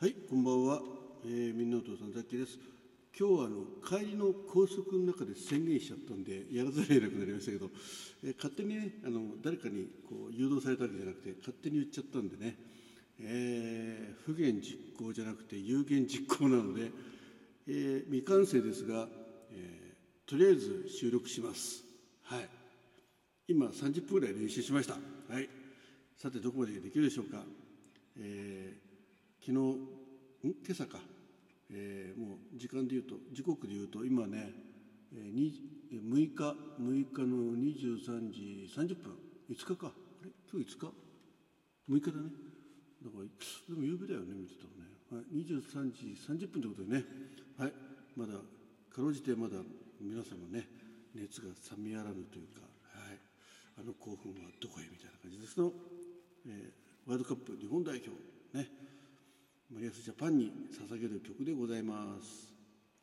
はい、こんばんは。みんなのお父さんザッキーです。今日は帰りの高速の中で宣言しちゃったんでやらざるを得なくなりましたけど、勝手にね誰かにこう誘導されたわけじゃなくて勝手に言っちゃったんでね、不言実行じゃなくて有言実行なので、未完成ですが、とりあえず収録します。はい。今30分ぐらい練習しました。はい。さてどこまでできるでしょうか。昨日今朝か、もう時間でいうと時刻でいうと今ね、6日の23時30分5日か、あれ今日5日6日だね。だからでも夕べだよね、見てたのね。はい、23時30分ということでね、はい、まだかろうじてまだ皆様ね熱が冷めやらぬというか、はい、興奮はどこへみたいな感じですの、ワールドカップ日本代表ね、森保ジャパンに捧げる曲でございます。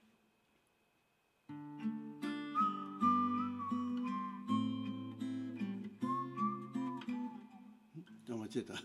間違えた。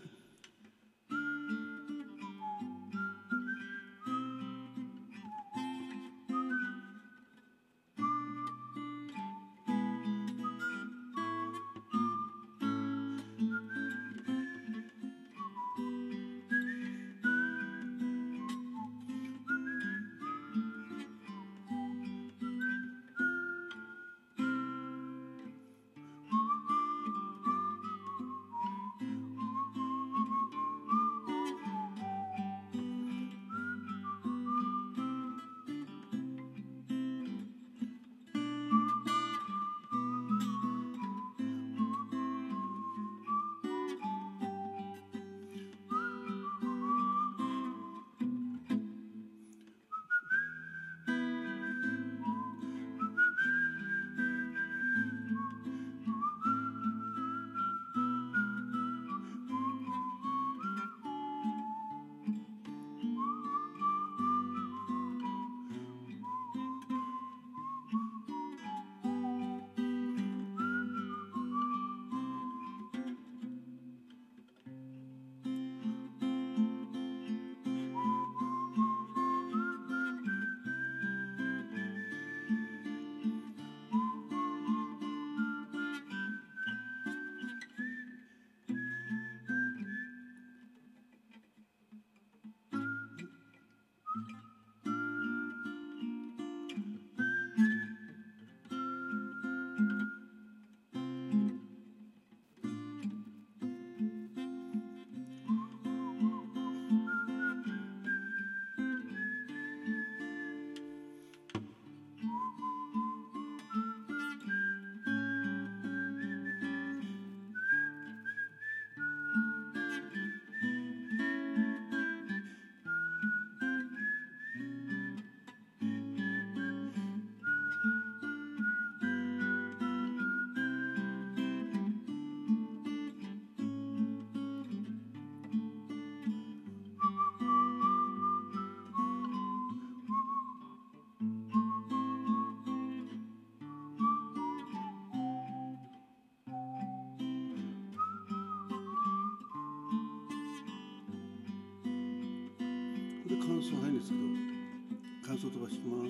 これ感想入るんですけど、感想飛ばします。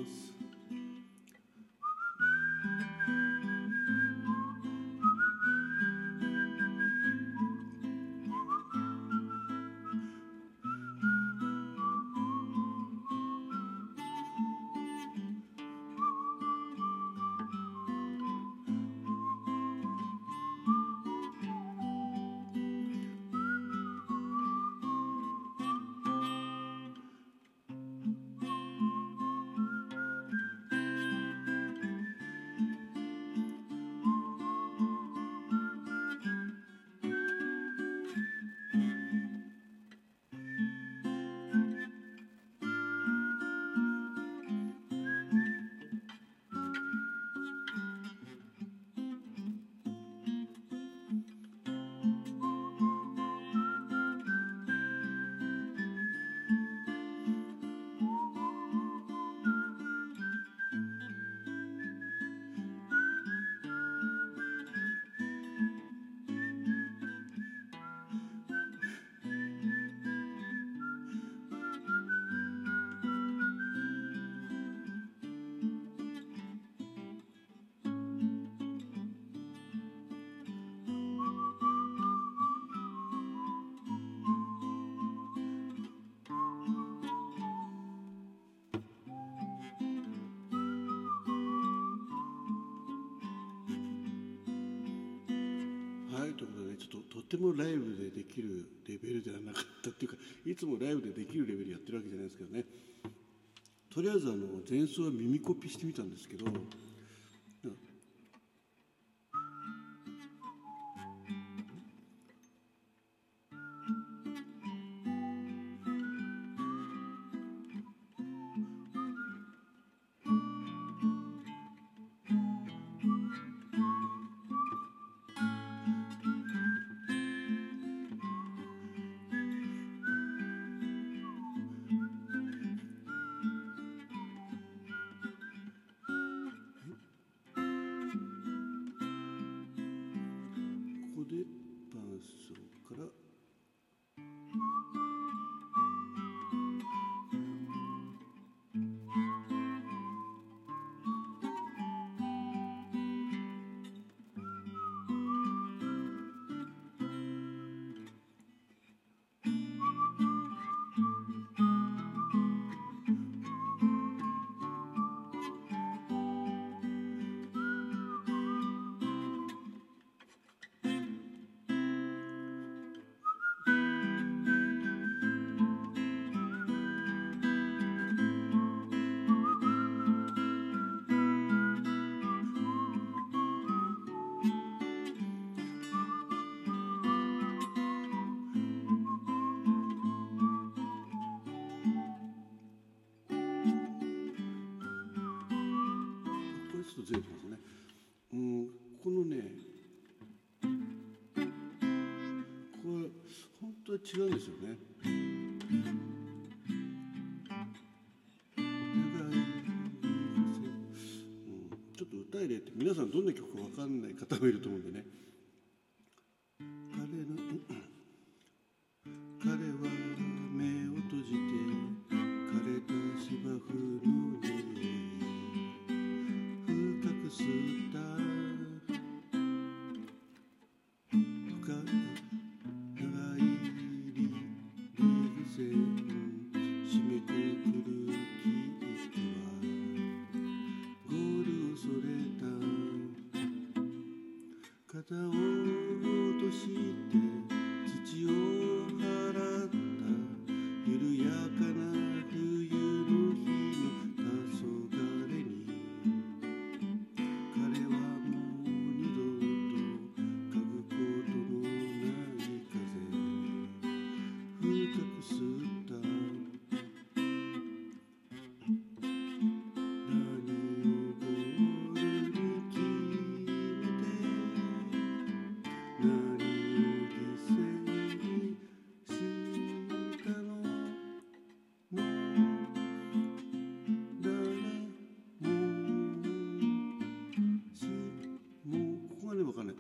てもライブでできるレベルではなかったっていうか、いつもライブでできるレベルやってるわけじゃないですけどね。とりあえず前奏は耳コピしてみたんですけど、ここで伴奏からちょっとずれてますね。このね、これ本当は違うんですよね。ちょっと歌入れて、皆さんどんな曲か分かんない方もいると思うんでね。彼は目を閉じて枯れた芝生の匂い深く吸った長いリーグ線締めくくる記憶はゴールをそれた肩を落として土を払った緩やかな冬の日の黄昏に彼はもう二度と嗅ぐことのない風深く吸った何をゴールに決めて何を犠牲にしたのもう誰ももうここがね分かんない。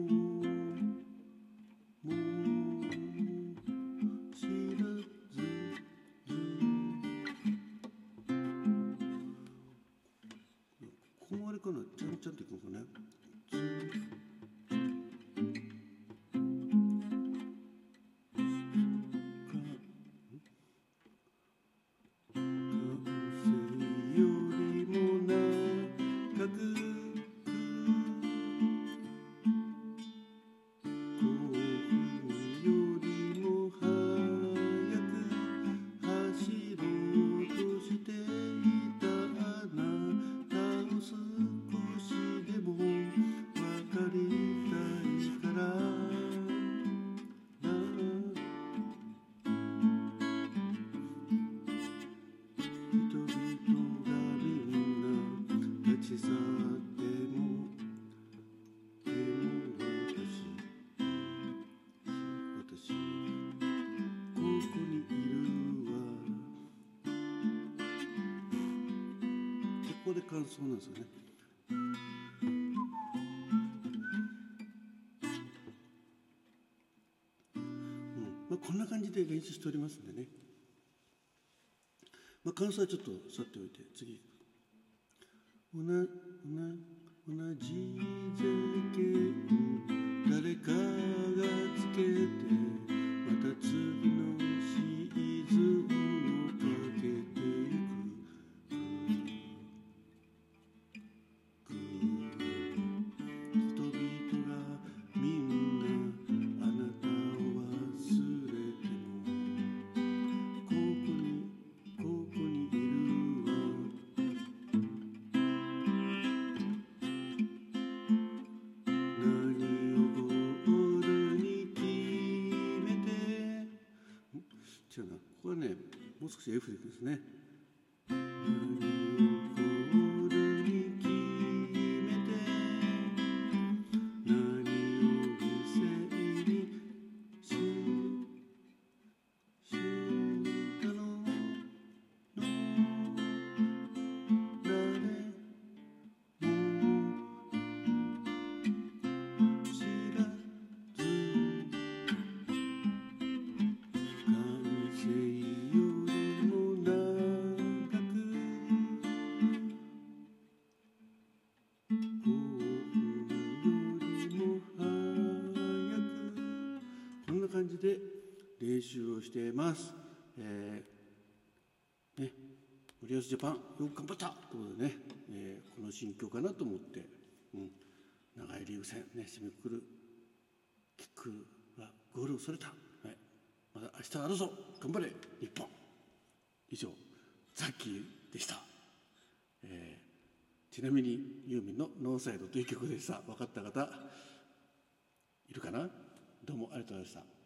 もう知らずここまでかな。ちゃんちゃんっていくのかね。よりも長く興奮よりも早く走ろうとしていたあなたを少しでも分かりたいから人々がみんな立ち去ってもでも私ここにいるわ。ここで感想なんですよね。こんな感じで練習しておりますんでね。感想はちょっと去っておいて、次。同じゼケ誰かがつけてまた次のシーズンをかけてゆく人々がみんなあなたここはねもう少し F でいくんですね。こんな感じで練習をしています。森保ジャパンよく頑張ったということでね、この心境かなと思って、長いリーグ戦、締めくくるキックはゴールをそれた、まだ明日あるぞ頑張れ日本。以上ザッキーでした。ちなみにユーミンのノーサイドという曲でした。分かった方いるかな。どうもありがとうございました。